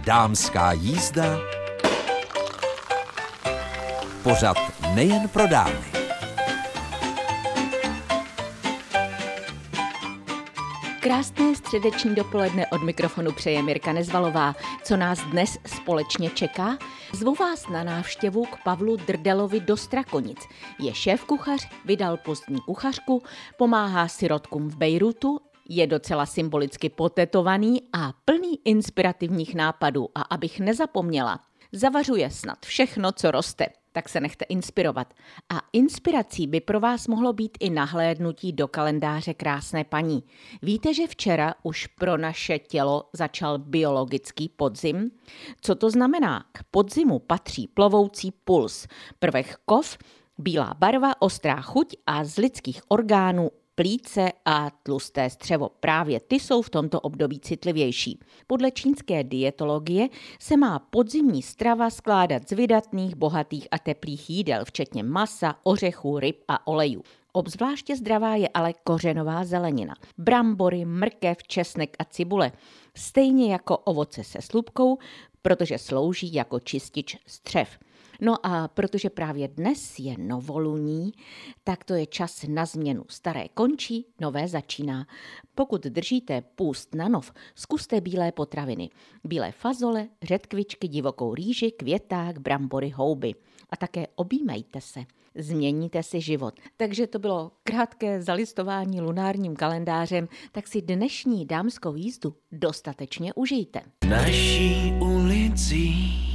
Dámská jízda, pořad nejen pro dámy. Krásné středeční dopoledne od mikrofonu přeje Mirka Nezvalová. Co nás dnes společně čeká? Zvu vás na návštěvu k Pavlu Drdelovi do Strakonic. Je šéfkuchař, vydal pozdní kuchařku, pomáhá sirotkům v Bejrutu, je docela symbolicky potetovaný a plný inspirativních nápadů. A abych nezapomněla, zavařuje snad všechno, co roste. Tak se nechte inspirovat. A inspirací by pro vás mohlo být i nahlédnutí do kalendáře Krásné paní. Víte, že včera už pro naše tělo začal biologický podzim? Co to znamená? K podzimu patří plovoucí puls, prvek kov, bílá barva, ostrá chuť a z lidských orgánů plíce a tlusté střevo. Právě ty jsou v tomto období citlivější. Podle čínské dietologie se má podzimní strava skládat z vydatných, bohatých a teplých jídel, včetně masa, ořechů, ryb a olejů. Obzvláště zdravá je ale kořenová zelenina. Brambory, mrkev, česnek a cibule. Stejně jako ovoce se slupkou, protože slouží jako čistič střev. No a protože právě dnes je novoluní, tak to je čas na změnu. Staré končí, nové začíná. Pokud držíte půst na nov, zkuste bílé potraviny. Bílé fazole, řetkvičky, divokou rýži, květák, brambory, houby. A také objímejte se. Změníte si život. Takže to bylo krátké zalistování lunárním kalendářem, tak si dnešní dámskou jízdu dostatečně užijte. Naší ulici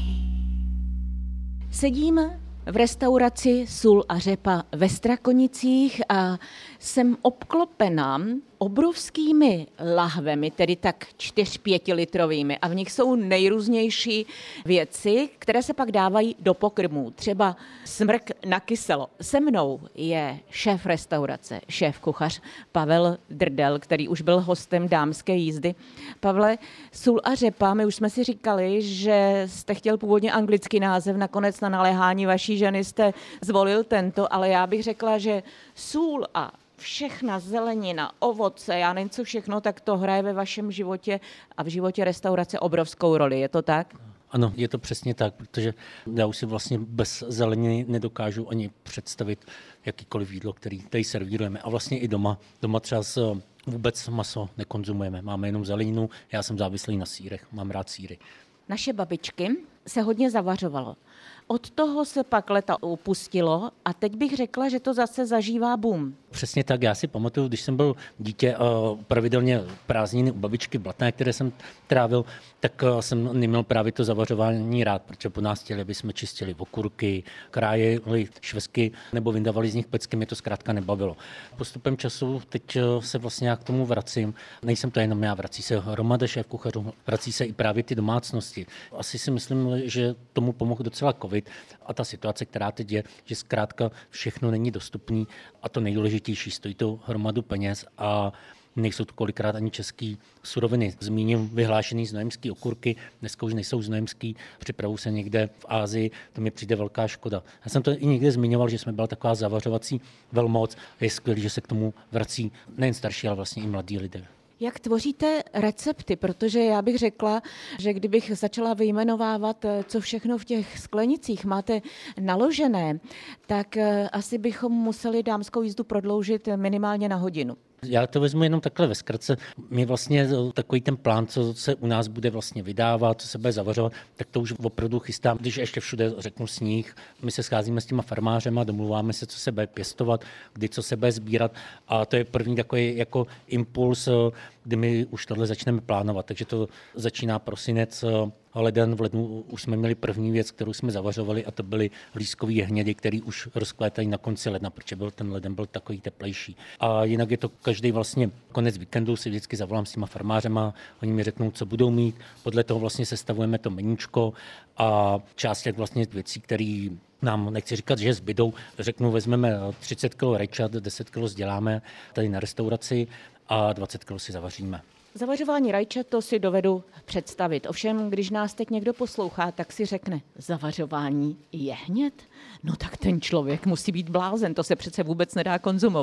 Sedím v restauraci Sůl a řepa ve Strakonicích a jsem obklopená obrovskými lahvemi, tedy tak 4-5 litrovými, a v nich jsou nejrůznější věci, které se pak dávají do pokrmů, třeba smrk na kyselo. Se mnou je šéf restaurace, šéf kuchař Pavel Drdel, který už byl hostem dámské jízdy. Pavle, Sůl a řepa, my už jsme si říkali, že jste chtěl původně anglický název, nakonec na naléhání vaší ženy jste zvolil tento, ale já bych řekla, že sůl a všechna zelenina, ovoce, já nevím co všechno, tak to hraje ve vašem životě a v životě restaurace obrovskou roli. Je to tak? Ano, je to přesně tak, protože já už si vlastně bez zeleniny nedokážu ani představit jakýkoliv jídlo, který tady servírujeme. A vlastně i doma třeba vůbec maso nekonzumujeme. Máme jenom zeleninu, já jsem závislý na sýrech, mám rád sýry. Naše babičky se hodně zavařovalo. Od toho se pak leta upustilo a teď bych řekla, že to zase zažívá boom. Přesně tak, já si pamatuju, když jsem byl dítě a pravidelně prázdniny u babičky v Blatné, které jsem trávil, tak jsem neměl právě to zavařování rád, protože po nás chtěli, aby jsme čistili okurky, krájeli švestky nebo vyndavali z nich pecky, mě to zkrátka nebavilo. Postupem času teď se vlastně já k tomu vracím. Nejsem to jenom já, vrací se hromada šéfkuchařů, vrací se i právě ty domácnosti. Asi si myslím, že tomu pomohl docela covid a ta situace, která teď je, že zkrátka všechno není dostupný a to nejdůležitější, stojí to hromadu peněz a nejsou to kolikrát ani český suroviny. Zmíním vyhlášený znojemský okurky, dneska už nejsou znojemský, připravují se někde v Asii, to mi přijde velká škoda. Já jsem to i někde zmiňoval, že jsme byla taková zavařovací velmoc, je skvělé, že se k tomu vrací nejen starší, ale vlastně i mladí lidé. Jak tvoříte recepty? Protože já bych řekla, že kdybych začala vyjmenovávat, co všechno v těch sklenicích máte naložené, tak asi bychom museli dámskou jízdu prodloužit minimálně na hodinu. Já to vezmu jenom takhle ve zkratce. My vlastně takový ten plán, co se u nás bude vlastně vydávat, co se bude zavařovat, tak to už opravdu chystám. Když ještě všude řeknu sníh, my se scházíme s těma farmářema, domluváme se, co se bude pěstovat, kdy co se bude sbírat a to je první takový jako impuls, kdy my už tohle začneme plánovat. Takže to začíná prosinec, leden, v lednu už jsme měli první věc, kterou jsme zavařovali a to byly lískový hnědy, který už rozkvétají na konci ledna, protože ten leden byl takový teplejší. A jinak je to každý vlastně konec víkendu, si vždycky zavolám s těma farmářema, oni mi řeknou, co budou mít, podle toho vlastně sestavujeme to meníčko a část těch vlastně věcí, které nám, nechci říkat, že zbydou, řeknu, vezmeme 30 kg rajčat, 10 kg sděláme tady na restauraci a 20 kg si zavaříme. Zavařování rajčat to si dovedu představit. Ovšem, když nás teď někdo poslouchá, tak si řekne, zavařování jehnět? No tak ten člověk musí být blázen, to se přece vůbec nedá konzumovat.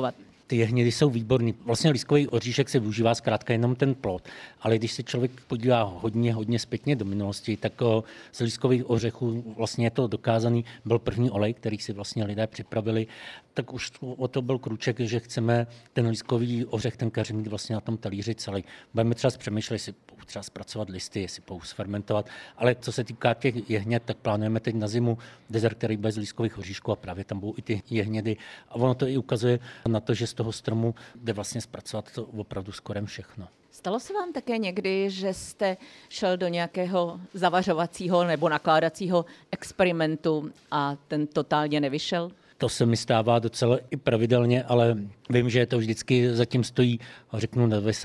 Ty jehnědy jsou výborný. Vlastně lískový oříšek se využívá zkrátka jenom ten plod, ale když se člověk podívá hodně zpětně do minulosti, tak z lískových ořechů vlastně je to dokázaný, byl první olej, který si vlastně lidé připravili, tak už o to byl krůček, že chceme ten lískový ořech, ten keř mít vlastně na tom talíři celý. Budeme třeba přemýšlet, jestli třeba zpracovat listy, jestli fermentovat, ale co se týká těch jehněd, tak plánujeme teď na zimu dezert, který bez lískových oříšků a právě tam budou i ty jehnědy. A ono to i ukazuje na to, že z toho stromu jde vlastně zpracovat to opravdu skoro všechno. Stalo se vám také někdy, že jste šel do nějakého zavařovacího nebo nakládacího experimentu a ten totálně nevyšel? To se mi stává docela i pravidelně, ale vím, že to vždycky zatím stojí, řeknu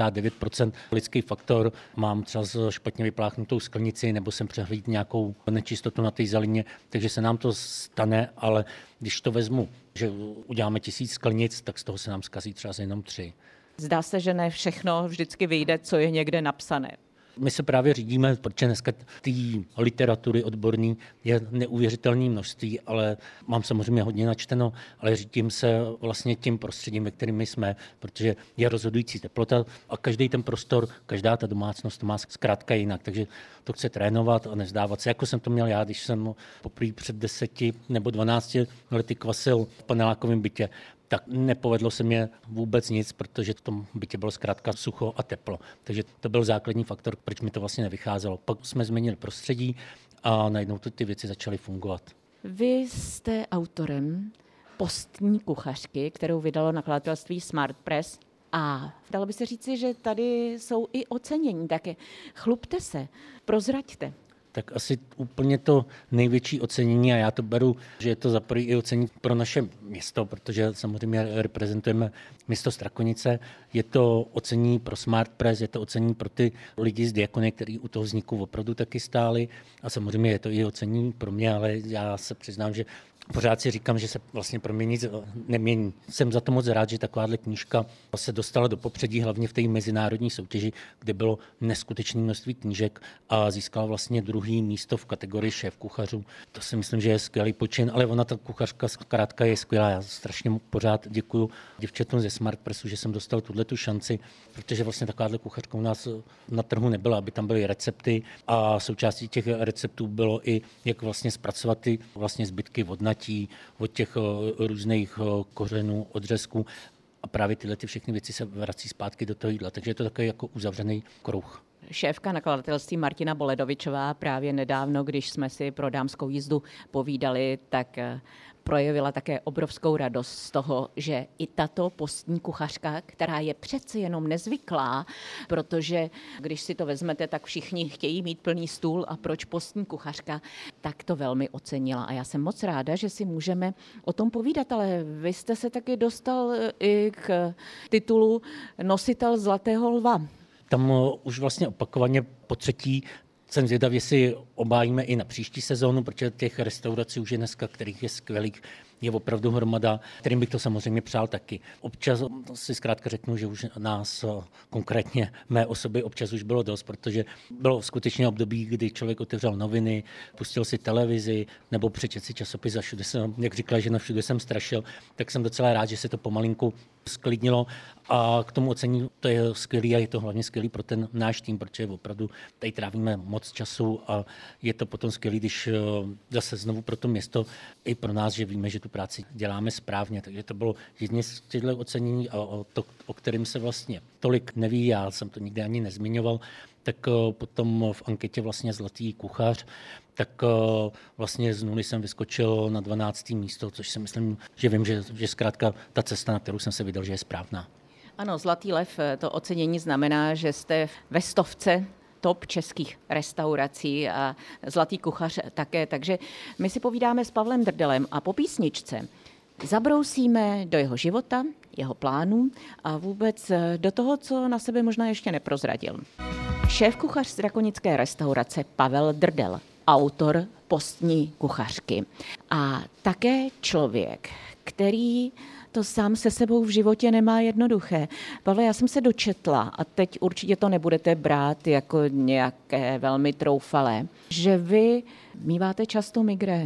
99% lidský faktor. Mám třeba špatně vypláchnutou sklenici nebo jsem přehlídl nějakou nečistotu na té zelině, takže se nám to stane, ale když to vezmu, že uděláme 1000 sklenic, tak z toho se nám zkazí třeba jenom 3. Zdá se, že ne všechno vždycky vyjde, co je někde napsané. My se právě řídíme, protože dneska té literatury odborný je neuvěřitelné množství, ale mám samozřejmě hodně načteno, ale řídím se vlastně tím prostředím, ve kterým my jsme, protože je rozhodující teplota a každý ten prostor, každá ta domácnost to má zkrátka jinak, takže to chce trénovat a nevzdávat se, jako jsem to měl já, když jsem poprvé před 10 nebo 12 lety kvasil v panelákovém bytě. Tak nepovedlo se mě vůbec nic, protože v tom bytě bylo zkrátka sucho a teplo. Takže to byl základní faktor, proč mi to vlastně nevycházelo. Pak jsme změnili prostředí a najednou ty věci začaly fungovat. Vy jste autorem postní kuchařky, kterou vydalo nakladatelství Smart Press. A dalo by se říci, že tady jsou i ocenění. Tak chlubte se, prozraďte. Tak asi úplně to největší ocenění, a já to beru, že je to za první i ocenění pro naše město, protože samozřejmě reprezentujeme město Strakonice. Je to ocenění pro Smart Press, je to ocenění pro ty lidi z Diakonie, kteří u toho vzniku opravdu taky stáli. A samozřejmě je to i ocenění pro mě, ale já se přiznám, že pořád si říkám, že se vlastně pro mě nic nemění. Jsem za to moc rád, že takováhle knížka se dostala do popředí, hlavně v té mezinárodní soutěži, kde bylo neskutečné množství knížek a získala vlastně druhý místo v kategorii šéf kuchařů. To si myslím, že je skvělý počin, ale ona ta kuchařka zkrátka je skvělá. Já strašně pořád děkuju děvčatům ze Smart Pressu, že jsem dostal tuhletu šanci, protože vlastně takováhle kuchařka u nás na trhu nebyla, aby tam byly recepty a součástí těch receptů bylo i jak vlastně zpracovat ty vlastně zbytky vodnatí, od těch různých kořenů, odřezků a právě tyhle všechny věci se vrací zpátky do toho jídla, takže je to takový jako uzavřený kruh. Šéfka nakladatelství Martina Boledovičová právě nedávno, když jsme si pro dámskou jízdu povídali, tak projevila také obrovskou radost z toho, že i tato postní kuchařka, která je přece jenom nezvyklá, protože když si to vezmete, tak všichni chtějí mít plný stůl a proč postní kuchařka, tak to velmi ocenila. A já jsem moc ráda, že si můžeme o tom povídat, ale vy jste se taky dostal i k titulu nositel Zlatého lva. Tam už vlastně opakovaně po třetí jsem zvědav, jestli obájíme i na příští sezónu, protože těch restaurací už je dneska, kterých je skvělých, je opravdu hromada, kterým bych to samozřejmě přál taky. Občas si zkrátka řeknu, že už nás, konkrétně mé osoby, občas už bylo dost, protože bylo skutečně období, kdy člověk otevřel noviny, pustil si televizi nebo přečet si časopis a všude jsem, jak říkala, že na všude jsem strašil, tak jsem docela rád, že se to pomalinku sklidnilo a k tomu ocení to je skvělý a je to hlavně skvělý pro ten náš tým, protože opravdu tady trávíme moc času a je to potom skvělý, když zase znovu pro to město i pro nás, že víme, že tu práci děláme správně, takže to bylo jedně z těchto ocenění a o kterém se vlastně tolik neví, já jsem to nikdy ani nezmiňoval, tak potom v anketě vlastně Zlatý kuchař, tak vlastně z nuly jsem vyskočil na 12. místo, což si myslím, že vím, že zkrátka ta cesta, na kterou jsem se vydal, že je správná. Ano, Zlatý lev, to ocenění znamená, že jste ve 100 top českých restaurací a Zlatý kuchař také, takže my si povídáme s Pavlem Drdelem a po písničce zabrousíme do jeho života, jeho plánů a vůbec do toho, co na sebe možná ještě neprozradil. Šéfkuchař strakonické restaurace Pavel Drdel, autor postní kuchařky a také člověk, který to sám se sebou v životě nemá jednoduché. Pavle, já jsem se dočetla, a teď určitě to nebudete brát jako nějaké velmi troufalé, že vy míváte často migrény.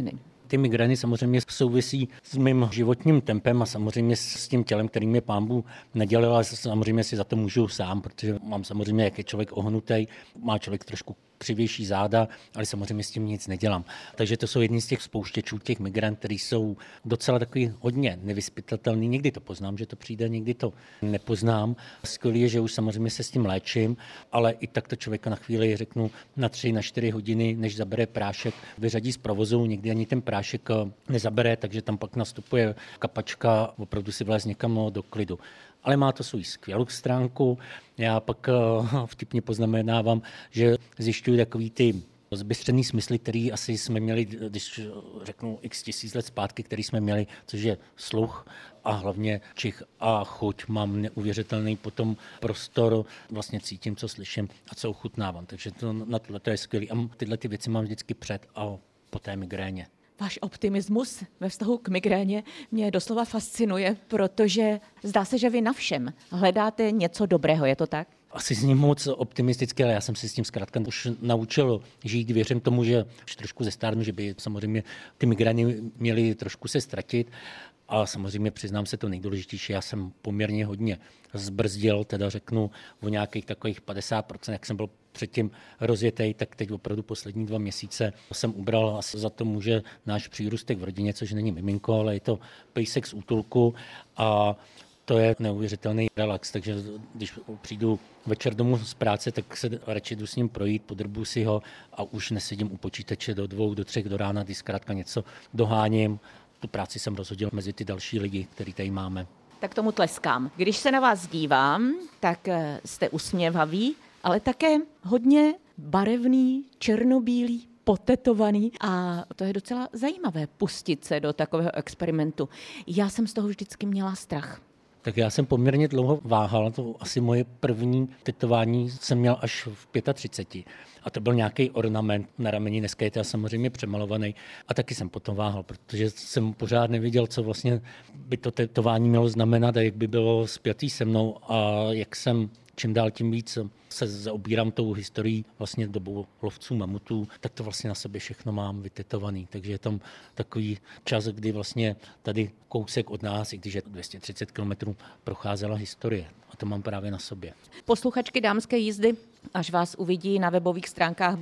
Ty migrény samozřejmě souvisí s mým životním tempem a samozřejmě s tím tělem, který mě Pán Bůh nedělal, ale samozřejmě si za to můžu sám, protože mám samozřejmě, jak je člověk ohnutý, má člověk trošku křivější záda, ale samozřejmě s tím nic nedělám. Takže to jsou jedni z těch spouštěčů, těch migrant, který jsou docela takový hodně nevyzpytatelný. Někdy to poznám, že to přijde, někdy to nepoznám. Skvělé je, že už samozřejmě se s tím léčím, ale i tak to člověka na chvíli, řeknu, na 3, na 4 hodiny, než zabere prášek, vyřadí z provozu, někdy ani ten prášek nezabere, takže tam pak nastupuje kapačka, opravdu si vlézt někam do klidu. Ale má to svou skvělou stránku. Já pak vtipně poznamenávám, že zjišťuji takový ty zbystřený smysly, který asi jsme měli, když řeknu x tisíc let zpátky, který jsme měli, což je sluch a hlavně čich a chuť. Mám neuvěřitelný potom prostor, vlastně cítím, co slyším a co ochutnávám. Takže na tohle to je skvělý. A tyhle ty věci mám vždycky před a po té migréně. Váš optimismus ve vztahu k migréně mě doslova fascinuje, protože zdá se, že vy na všem hledáte něco dobrého, je to tak? Asi zní moc optimisticky, ale já jsem si s tím zkrátka už naučil žít. Věřím tomu, že už trošku zestárnu, že by samozřejmě ty migrény měly trošku se ztratit. A samozřejmě přiznám se to nejdůležitější, já jsem poměrně hodně zbrzdil, teda řeknu o nějakých takových 50%, jak jsem byl předtím rozjetej, tak teď opravdu poslední 2 měsíce jsem ubral a za to může náš přírůstek v rodině, což není miminko, ale je to pejsek z útulku a to je neuvěřitelný relax, takže když přijdu večer domů z práce, tak se radši jdu s ním projít, podrbu si ho a už nesedím u počítače do 2, do 3 do rána, když zkrátka něco doháním. Tu práci jsem rozhodil mezi ty další lidi, který tady máme. Tak tomu tleskám. Když se na vás dívám, tak jste usměvaví, ale také hodně barevný, černobílý, potetovaný a to je docela zajímavé pustit se do takového experimentu. Já jsem z toho vždycky měla strach. Tak já jsem poměrně dlouho váhal, to asi moje první tetování jsem měl až v 35. A to byl nějaký ornament na rameni, dneska je to samozřejmě přemalovaný. A taky jsem potom váhal, protože jsem pořád nevěděl, co vlastně by to tetování mělo znamenat a jak by bylo spjatý se mnou a jak jsem čím dál tím víc se zaobírám tou historií vlastně dobou lovců mamutů, tak to vlastně na sobě všechno mám vytetovaný. Takže je tam takový čas, kdy vlastně tady kousek od nás, i když je 230 kilometrů, procházela historie. A to mám právě na sobě. Posluchačky dámské jízdy, až vás uvidí na webových stránkách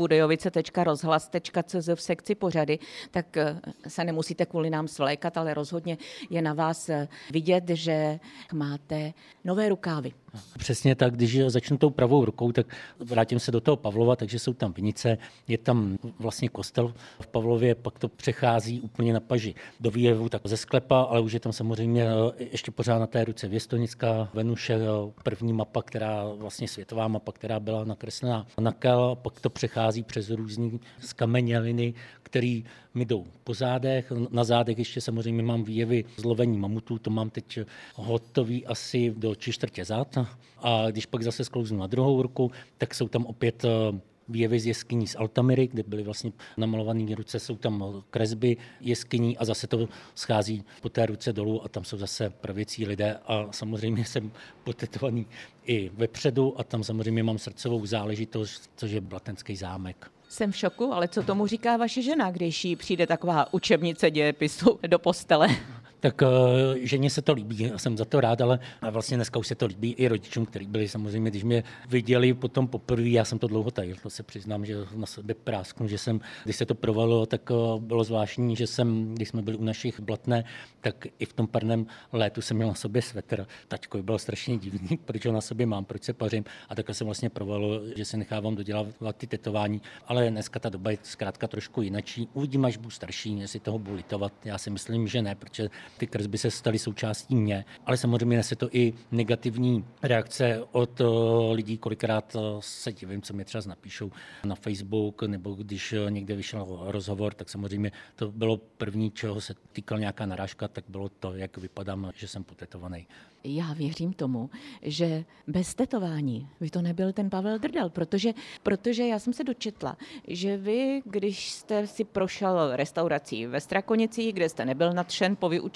budejovice.rozhlas.cz v sekci pořady, tak se nemusíte kvůli nám svlékat, ale rozhodně je na vás vidět, že máte nové rukávy. Přesně tak, když začnu tou pravou rukou, tak vrátím se do toho Pavlova, takže jsou tam vinice, je tam vlastně kostel v Pavlově, pak to přechází úplně na paži do výjevu, tak ze sklepa, ale už je tam samozřejmě ještě pořád na té ruce Věstonická Venuše, první mapa, která vlastně světová mapa, která byla nakreslená na kel, pak to přechází přes různý skameněliny, který mi jdou po zádech. Na zádech ještě samozřejmě mám výjevy z lovení mamutů, to mám teď hotový asi do 3/4 zád. A když pak zase sklouznu na druhou ruku, tak jsou tam opět výjevy z jeskyní z Altamiry, kde byly vlastně namalované ruce, jsou tam kresby jeskyní a zase to schází po té ruce dolů a tam jsou zase pravěcí lidé a samozřejmě jsem potetovaný i vepředu a tam samozřejmě mám srdcovou záležitost, což je Blatenský zámek. Jsem v šoku, ale co tomu říká vaše žena, když jí přijde taková učebnice dějepisu do postele? Tak ženě se to líbí, já jsem za to rád, ale vlastně dneska už se to líbí i rodičům, kteří byli samozřejmě, když mě viděli potom poprvé, já jsem to dlouho tajil, to se přiznám, že na sebe prásknu, že jsem, když se to provalilo, tak bylo zvláštní, že jsem, když jsme byli u našich Blatné, tak i v tom parném létu jsem měl na sobě svetr. Taťko byl strašně divný, proč ho na sobě mám, proč se pařím a takhle jsem vlastně provalil, že se nechávám dodělávat ty tetování, ale dneska ta doba je zkrátka trošku jinačí. Uvidím, až budu starší, jestli toho budu litovat. Já si myslím, že ne, protože ty kresby se staly součástí mě, ale samozřejmě nese to i negativní reakce od lidí, kolikrát se divím, co mě třeba napíšou na Facebook, nebo když někde vyšel rozhovor, tak samozřejmě to bylo první, čeho se týkal nějaká narážka, tak bylo to, jak vypadám, že jsem potetovaný. Já věřím tomu, že bez tetování by to nebyl ten Pavel Drdel, protože já jsem se dočetla, že vy, když jste si prošel restaurací ve Strakonicích, kde jste nebyl nadšen po vyučení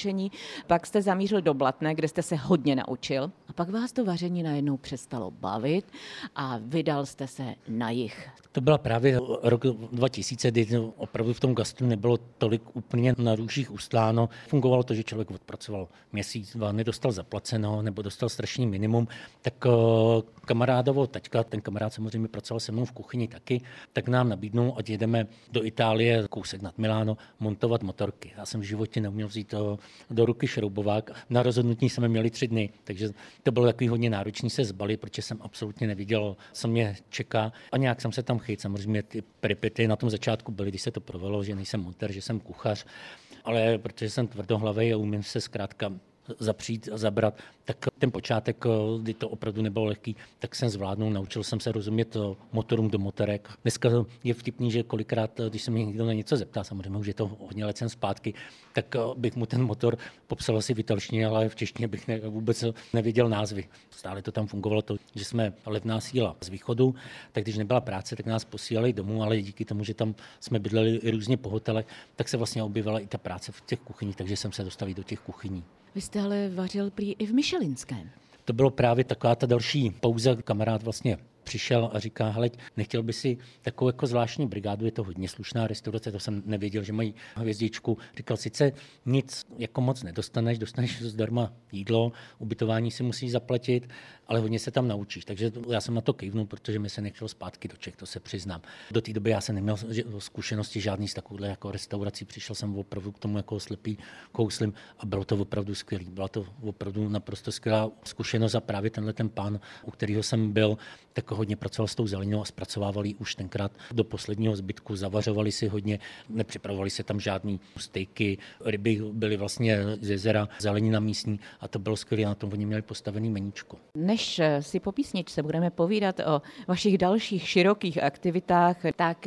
naučení, pak jste zamířil do Blatné, kde jste se hodně naučil a pak vás to vaření najednou přestalo bavit a vydal jste se na jih. To byla právě rok 2000, kdy opravdu v tom gastru nebylo tolik úplně na růžích ustláno. Fungovalo to, že člověk odpracoval měsíc, dva, nedostal zaplaceno nebo dostal strašný minimum, tak kamarádovo taťka, ten kamarád samozřejmě pracoval se mnou v kuchyni taky, tak nám nabídnul, ať jedeme do Itálie, kousek nad Miláno, montovat motorky. Já jsem v životě neuměl vzít do ruky šroubovák. Na rozhodnutí jsme měli 3 dny, takže to bylo takový hodně náročný se zbalit, protože jsem absolutně neviděl, co mě čeká. A nějak jsem se tam chyt. Samozřejmě ty peripety na tom začátku byly, když se to provelo, že nejsem montér, že jsem kuchař, ale protože jsem tvrdohlavý a umím se zkrátka zapřít a zabrat, tak ten počátek, kdy to opravdu nebylo lehký, tak jsem zvládnul, naučil jsem se rozumět motorům do motorek. Dneska je vtipný, že kolikrát, když se mě někdo na něco zeptá, samozřejmě už je to hodně let zpátky, tak bych mu ten motor popsal asi v italštině, ale v češtině bych vůbec nevěděl názvy. Stále to tam fungovalo to, že jsme levná síla z východu, tak když nebyla práce, tak nás posílali domů, ale díky tomu, že tam jsme bydleli i různě po hotelech, tak se vlastně objevila i ta práce v těch kuchyních, takže jsem se dostal do těch kuchyní. Vy jste ale vařil prý i v Michelinském. To bylo právě taková ta další pauza. Kamarád vlastně přišel a říká, hele, nechtěl by si takovou jako zvláštní brigádu, je to hodně slušná restaurace, to jsem nevěděl, že mají hvězdičku. Říkal, sice nic jako moc nedostaneš, dostaneš zdarma jídlo, ubytování si musíš zaplatit, ale hodně se tam naučíš. Takže já jsem na to kývnul, protože mi se nechtělo zpátky do Čech, to se přiznám. Do té doby já jsem neměl zkušenosti žádný z takovouhle jako restaurací, přišel jsem opravdu k tomu jako slepý kouslim a bylo to opravdu skvělé. Byla to opravdu naprosto skvělá zkušenost a právě tenhle ten pán, u kterého jsem byl, tak hodně pracoval s tou zeleninou a zpracovávali už tenkrát do posledního zbytku, zavařovali si hodně, nepřipravovali se tam žádný stejky, ryby byly vlastně z jezera, zelenina místní a to bylo skvělé, na tom oni měli postavený meníčko. Než si po písničce budeme povídat o vašich dalších širokých aktivitách, tak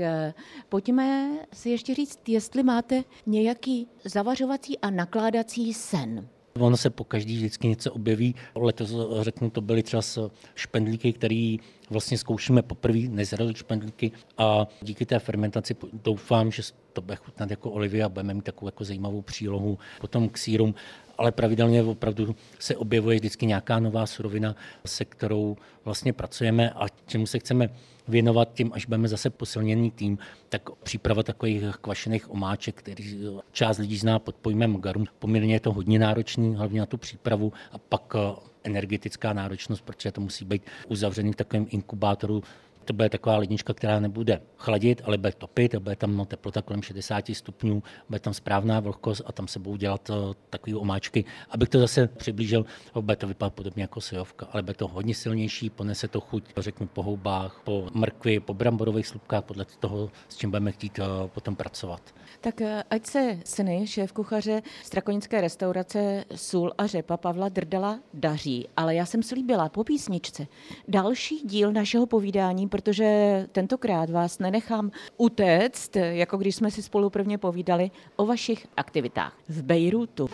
pojďme si ještě říct, jestli máte nějaký zavařovací a nakládací sen. Ono se po každý vždycky něco objeví. Letos, řeknu, to byly třeba špendlíky, který vlastně zkoušíme poprvé, nezralý špendlíky a díky té fermentaci doufám, že to bude chutnat jako olivy a budeme mít takovou jako zajímavou přílohu potom k sýrům, ale pravidelně opravdu se objevuje vždycky nějaká nová surovina, se kterou vlastně pracujeme a čemu se chceme věnovat tím, až budeme zase posilněný tým, tak příprava takových kvašených omáček, který část lidí zná pod pojmem garum. Poměrně je to hodně náročný, hlavně na tu přípravu a pak energetická náročnost, protože to musí být uzavřený v takovém inkubátoru. To bude taková lednička, která nebude chladit, ale bude topit a bude tam teplota kolem 60 stupňů, bude tam správná vlhkost a tam se budou dělat takové omáčky. Abych to zase přiblížil, bude to vypadat podobně jako sojovka, ale bude to hodně silnější, ponese to chuť, řeknu, po houbách, po mrkvi, po bramborových slupkách, podle toho, s čím budeme chtít potom pracovat. Tak ať se syny šéfkuchaře strakonické restaurace Sůl a řepa Pavla Drdela daří, ale já jsem slíbila po písničce další díl našeho povídání, protože tentokrát vás nenechám utéct, jako když jsme si spolu prvně povídali o vašich aktivitách v Bejrútu.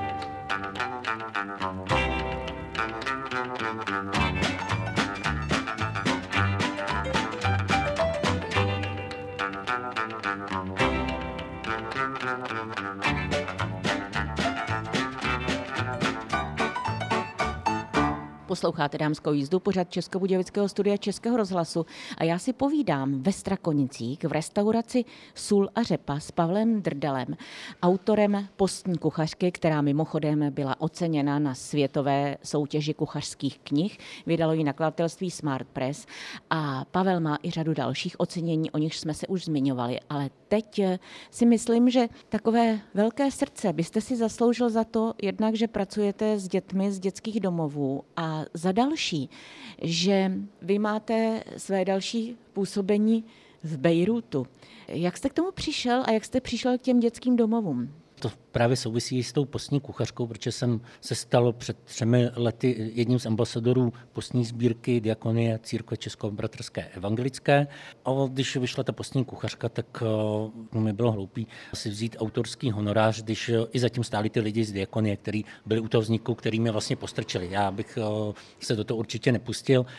Posloucháte Dámskou jízdu, pořad Českobudějovického studia Českého rozhlasu a já si povídám ve Strakonicích v restauraci Sůl a řepa s Pavlem Drdelem, autorem postní kuchařky, která mimochodem byla oceněna na světové soutěži kuchařských knih. Vydalo ji nakladatelství Smart Press a Pavel má i řadu dalších ocenění, o nich jsme se už zmiňovali, ale teď si myslím, že takové velké srdce byste si zasloužil za to, jednak, že pracujete s dětmi z dětských domovů a za další, že vy máte své další působení v Bejrútu. Jak jste k tomu přišel a jak jste přišel k těm dětským domovům? To právě souvisí s tou postní kuchařkou, protože jsem se stal před 3 lety jedním z ambasadorů postní sbírky Diakonie Církve Českobratrské evangelické. A když vyšla ta postní kuchařka, tak mi bylo hloupý si vzít autorský honorář, když i zatím stáli ty lidi z Diakonie, kteří byli u toho vzniku, který mě vlastně postrčili. Já bych se do toho určitě nepustil.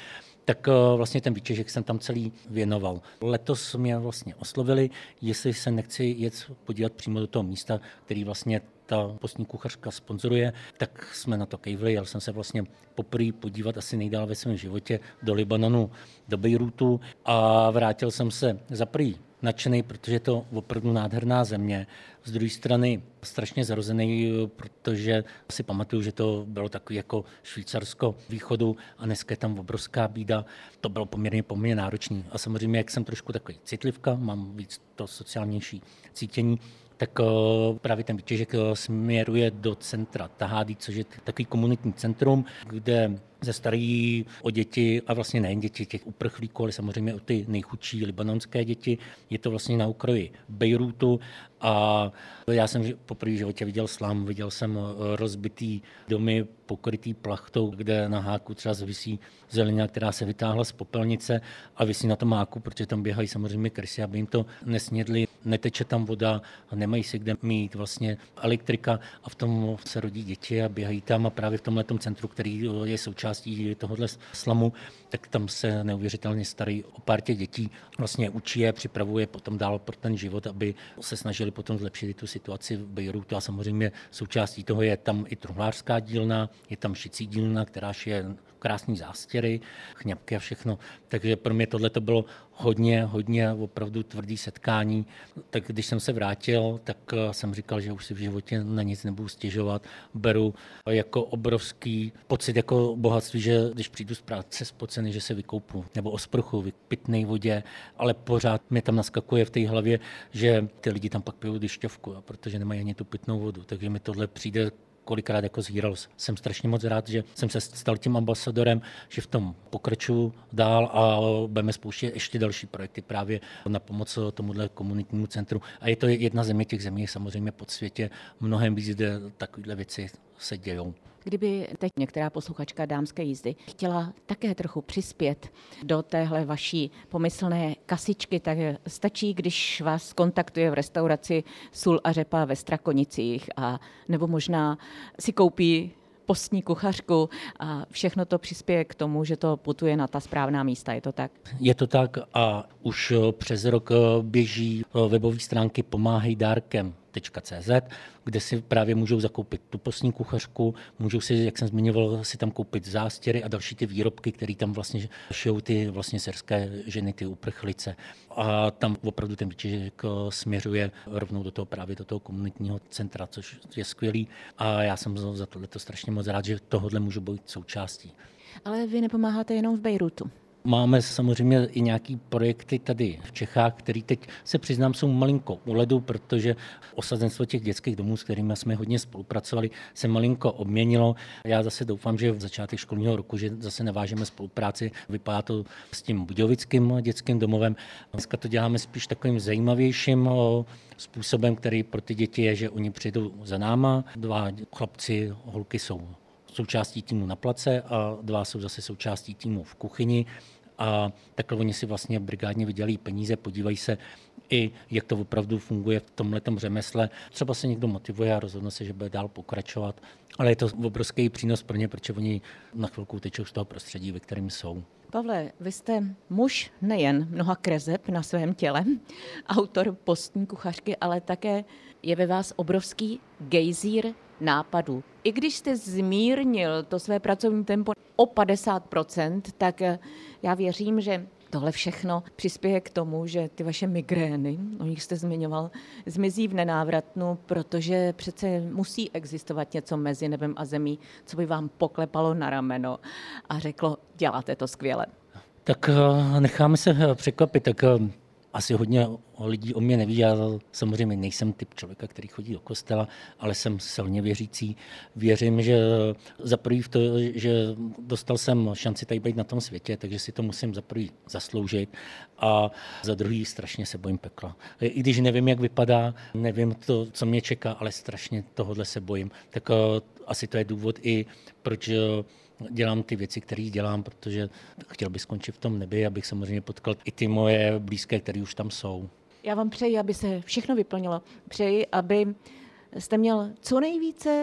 tak vlastně ten výtěžek jsem tam celý věnoval. Letos mě vlastně oslovili, jestli se nechci jet podívat přímo do toho místa, který vlastně ta postní kuchařka sponzoruje, tak jsme na to kejvli. Jel jsem se vlastně poprvé podívat asi nejdál ve svém životě do Libanonu, do Bejrútu a vrátil jsem se za prvý nadšený, protože je to opravdu nádherná země. Z druhé strany strašně zrozený, protože si pamatuju, že to bylo takový jako Švýcarsko východu a dneska je tam obrovská bída. To bylo poměrně náročný. A samozřejmě, jak jsem trošku takový citlivka, mám víc to sociálnější cítění, tak právě ten výtěžek směruje do centra Tahádí, což je takový komunitní centrum, kde se starají o děti, a vlastně nejen děti těch uprchlíků, ale samozřejmě o ty nejchudší libanonské děti. Je to vlastně na okraji Bejrútu a já jsem poprvé v životě viděl slám, viděl jsem rozbitý domy pokrytý plachtou, kde na háku třeba visí zelenina, která se vytáhla z popelnice a visí na tom háku, protože tam běhají samozřejmě krysy, aby jim to nesnědli. Neteče tam voda, nemají si kde mít vlastně elektrika a v tom se rodí děti a běhají tam a právě v tomhletom centru, který je součástí tohohle slamu, tak tam se neuvěřitelně starají o pár těch dětí. Vlastně učí je, připravuje potom dál pro ten život, aby se snažili potom zlepšit tu situaci v Bejrútu a samozřejmě součástí toho je tam i truhlářská dílna, je tam šicí dílna, která šije krásný zástěry, chňapky a všechno. Takže pro mě tohle to bylo hodně opravdu tvrdý setkání. Tak když jsem se vrátil, tak jsem říkal, že už si v životě na nic nebudu stěžovat. Beru jako obrovský pocit, jako bohatství, že když přijdu z práce spocený, že se vykoupu nebo osprchu v pitné vodě, ale pořád mě tam naskakuje v té hlavě, že ty lidi tam pak pijou dyšťovku, protože nemají ani tu pitnou vodu. Takže mi tohle přijde kolikrát jako zhýral. Jsem strašně moc rád, že jsem se stal tím ambasadorem, že v tom pokračuju dál a budeme spouštět ještě další projekty právě na pomoc tomuhle komunitnímu centru. A je to jedna země, těch zemí samozřejmě po světě mnohem víc, kde takovéhle věci se dějou. Kdyby teď některá posluchačka dámské jízdy chtěla také trochu přispět do téhle vaší pomyslné kasičky, tak stačí, když vás kontaktuje v restauraci Sůl a řepa ve Strakonicích a nebo možná si koupí postní kuchařku a všechno to přispěje k tomu, že to putuje na ta správná místa. Je to tak? Je to tak a už přes rok běží webové stránky pomáhejdárkem.cz, kde si právě můžou zakoupit tu postní kuchařku, můžou si, jak jsem zmiňoval, si tam koupit zástěry a další ty výrobky, které tam vlastně šijou ty vlastně syrské ženy, ty uprchlice. A tam opravdu ten výtěžek směřuje rovnou do toho právě do toho komunitního centra, což je skvělý. A já jsem za tohleto strašně moc rád, že tohodle můžu být součástí. Ale vy nepomáháte jenom v Bejrútu. Máme samozřejmě i nějaký projekty tady v Čechách, které teď se přiznám jsou malinko u ledu, protože osazenstvo těch dětských domů, s kterými jsme hodně spolupracovali, se malinko obměnilo. Já zase doufám, že v začátek školního roku, že zase navážeme spolupráci. Vypadá to s tím budějovickým dětským domovem. Dneska to děláme spíš takovým zajímavějším způsobem, který pro ty děti je, že oni přijdou za náma. 2 chlapci, holky jsou součástí týmu na place a 2 jsou zase součástí týmu v kuchyni. A takhle oni si vlastně brigádně vydělají peníze, podívají se i, jak to opravdu funguje v tomhletom řemesle. Třeba se někdo motivuje a rozhodne se, že bude dál pokračovat, ale je to obrovský přínos pro ně, protože oni na chvilku tečou z toho prostředí, ve kterém jsou. Pavle, vy jste muž nejen mnoha kreseb na svém těle, autor postní kuchařky, ale také je ve vás obrovský gejzír nápadů. I když jste zmírnil to své pracovní tempo o 50%, tak já věřím, že tohle všechno přispěje k tomu, že ty vaše migrény, o nich jste zmiňoval, zmizí v nenávratnu, protože přece musí existovat něco mezi nebem a zemí, co by vám poklepalo na rameno a řeklo, děláte to skvěle. Tak necháme se překvapit, tak asi hodně lidí o mě neví, já samozřejmě nejsem typ člověka, který chodí do kostela, ale jsem silně věřící. Věřím, že za prvý v to, že dostal jsem šanci tady být na tom světě, takže si to musím za prvý zasloužit a za druhý strašně se bojím pekla. I když nevím, jak vypadá, nevím to, co mě čeká, ale strašně tohodle se bojím. Tak asi to je důvod i proč dělám ty věci, které dělám, protože chtěl bych skončit v tom nebi, abych samozřejmě potkal i ty moje blízké, které už tam jsou. Já vám přeji, aby se všechno vyplnilo. Přeji, aby jste měl co nejvíce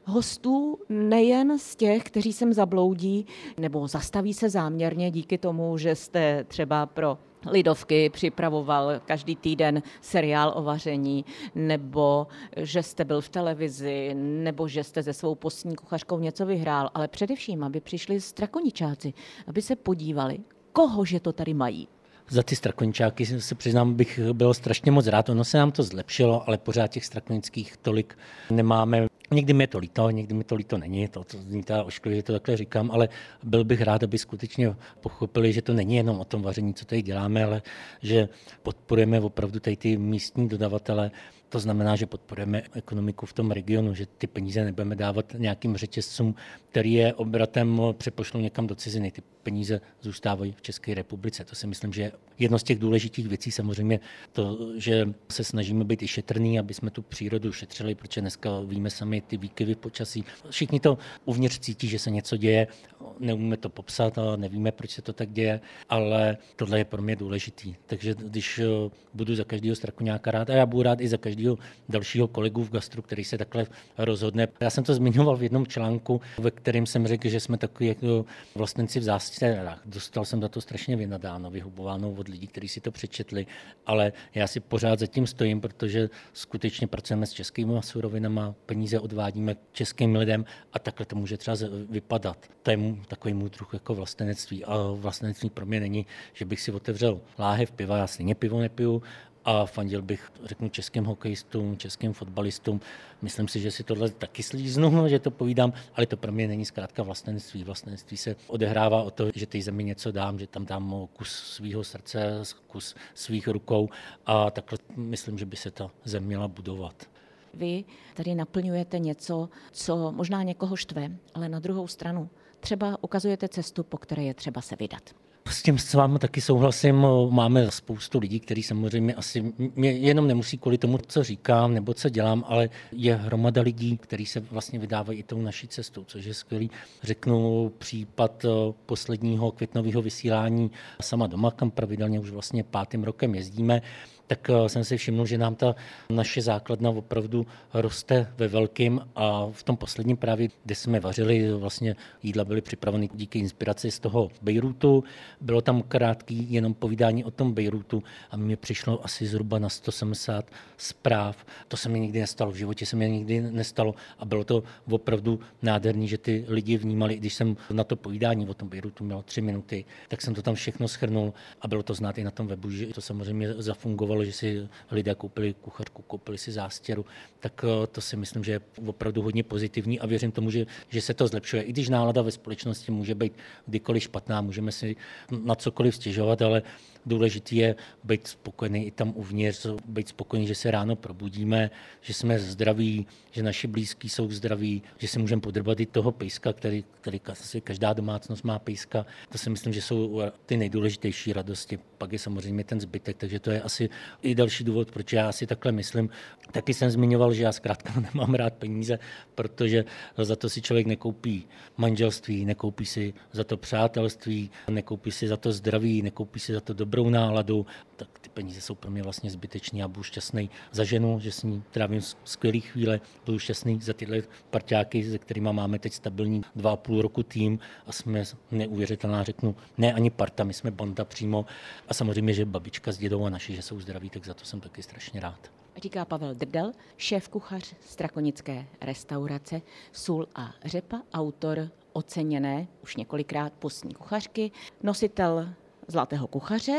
hostů nejen z těch, kteří sem zabloudí nebo zastaví se záměrně díky tomu, že jste třeba pro Lidovky připravoval každý týden seriál o vaření, nebo že jste byl v televizi, nebo že jste se svou postní kuchařkou něco vyhrál, ale především, aby přišli strakoničáci, aby se podívali, kohože to tady mají. Za ty strakoničáky se přiznám, bych byl strašně moc rád. Ono se nám to zlepšilo, ale pořád těch strakonických tolik nemáme. Někdy mi je to líto, někdy mi to líto není, to zní teda ošklivě, že to takhle říkám, ale byl bych rád, aby skutečně pochopili, že to není jenom o tom vaření, co tady děláme, ale že podporujeme opravdu tady ty místní dodavatele. To znamená, že podporujeme ekonomiku v tom regionu, že ty peníze nebudeme dávat nějakým řetězcům, který je obratem přepošlou někam do ciziny. Ty peníze zůstávají v České republice. To si myslím, že je jedno z těch důležitých věcí. Samozřejmě to, že se snažíme být i šetrný, aby jsme tu přírodu šetřili, protože dneska víme sami ty výkyvy počasí. Všichni to uvnitř cítí, že se něco děje, neumíme to popsat a nevíme, proč se to tak děje, ale tohle je pro mě důležitý. Takže když budu za každého strakoňáka rád, a já budu rád i za každého dalšího kolegu v gastru, který se takhle rozhodne. Já jsem to zmiňoval v jednom článku, ve kterém jsem řekl, že jsme takový jako vlastenci v zástěrách. Dostal jsem za to strašně vynadáno, vyhubováno od lidí, kteří si to přečetli, ale já si pořád za tím stojím, protože skutečně pracujeme s českými surovinami, peníze odvádíme českým lidem a takhle to může třeba vypadat. To je takový můj druh jako vlastenectví. A vlastenectví pro mě není, že bych si otevřel láhev piva, já stejně pivo nepiju, a fandil bych, řeknu, českým hokejistům, českým fotbalistům. Myslím si, že si tohle taky slíznu, že to povídám, ale to pro mě není zkrátka vlastenectví. Vlastenectví se odehrává o to, že té zemi něco dám, že tam dám kus svého srdce, kus svých rukou a takhle myslím, že by se ta zem měla budovat. Vy tady naplňujete něco, co možná někoho štve, ale na druhou stranu třeba ukazujete cestu, po které je třeba se vydat. S tím s vámi taky souhlasím. Máme spoustu lidí, kteří samozřejmě asi mě jenom nemusí kvůli tomu, co říkám nebo co dělám, ale je hromada lidí, kteří se vlastně vydávají i tou naší cestou, což je skvělý. Řeknu případ posledního květnového vysílání Sama doma, kam pravidelně už vlastně 5. rokem jezdíme. Tak jsem si všiml, že nám ta naše základna opravdu roste ve velkým a v tom posledním právě, kde jsme vařili, vlastně jídla byly připraveny díky inspiraci z toho Bejrútu. Bylo tam krátký jenom povídání o tom Bejrútu a mi přišlo asi zhruba na 170 zpráv. To se mi nikdy nestalo, v životě se mi nikdy nestalo a bylo to opravdu nádherný, že ty lidi vnímali, když jsem na to povídání o tom Bejrútu měl 3 minuty, tak jsem to tam všechno shrnul a bylo to znát i na tom webu, že to samozřejmě zafungovalo, že si lidé koupili kuchařku, koupili si zástěru, tak to si myslím, že je opravdu hodně pozitivní a věřím tomu, že se to zlepšuje. I když nálada ve společnosti může být kdykoliv špatná, můžeme si na cokoliv stěžovat, ale důležitý je být spokojený i tam uvnitř, být spokojený, že se ráno probudíme, že jsme zdraví, že naši blízký jsou zdraví, že si můžeme podrbat i toho pejska, který asi každá domácnost má pejska. To si myslím, že jsou ty nejdůležitější radosti. Pak je samozřejmě ten zbytek, takže to je asi i další důvod, proč já si takhle myslím. Taky jsem zmiňoval, že já zkrátka nemám rád peníze, protože za to si člověk nekoupí manželství, nekoupí si za to přátelství, nekoupí si za to zdraví, nekoupí si za to dobrou náladu, tak ty peníze jsou pro mě vlastně zbytečný. Já budu šťastný za ženu, že s ní trávím skvělý chvíle, budu šťastný za tyhle parťáky, se kterými máme teď stabilní 2,5 roku tým a jsme neuvěřitelná, řeknu, ne ani parta, my jsme banda přímo a samozřejmě, že babička s dědou a naši, že jsou zdraví, tak za to jsem taky strašně rád. Říká Pavel Drdel, šéf-kuchař strakonické restaurace Sůl a řepa, autor oceněné už několikrát postní kuchařky, nositel Zlatého kuchaře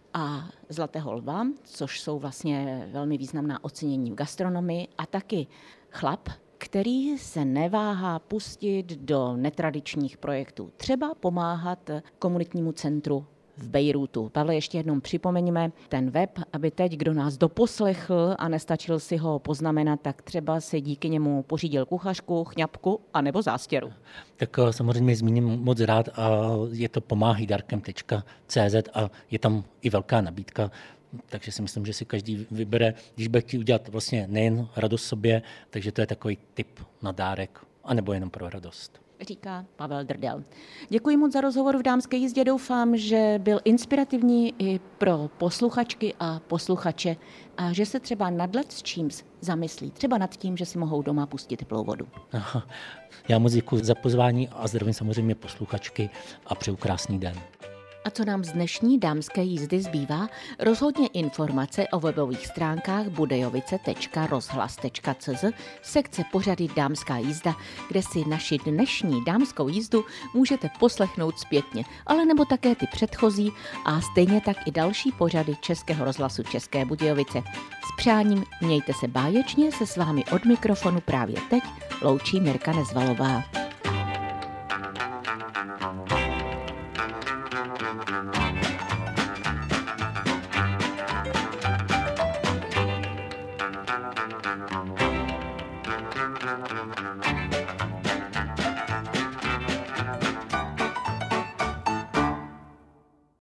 a Zlatého lva, což jsou vlastně velmi významná ocenění v gastronomii a taky chlap, který se neváhá pustit do netradičních projektů. Třeba pomáhat komunitnímu centru v Bejrútu. Pavle, ještě jednou připomeňme ten web, aby teď, kdo nás doposlechl a nestačil si ho poznamenat, tak třeba si díky němu pořídil kuchařku, chňapku a nebo zástěru. Tak samozřejmě zmíním moc rád a je to pomáhydarkem.cz a je tam i velká nabídka. Takže si myslím, že si každý vybere, když bude chtít udělat vlastně nejen radost sobě, takže to je takový tip na dárek, anebo jenom pro radost. říká Pavel Drdel. Děkuji moc za rozhovor v Dámské jízdě. Doufám, že byl inspirativní i pro posluchačky a posluchače a že se třeba nad let s čím zamyslí. Třeba nad tím, že si mohou doma pustit teplou vodu. Aha. Já moc děkuji za pozvání a zdravím samozřejmě posluchačky a přeju krásný den. A co nám z dnešní dámské jízdy zbývá? Rozhodně informace o webových stránkách budejovice.rozhlas.cz, sekce pořady Dámská jízda, kde si naši dnešní dámskou jízdu můžete poslechnout zpětně, ale nebo také ty předchozí a stejně tak i další pořady Českého rozhlasu České Budějovice. S přáním mějte se báječně, se s vámi od mikrofonu právě teď loučí Mirka Nezvalová.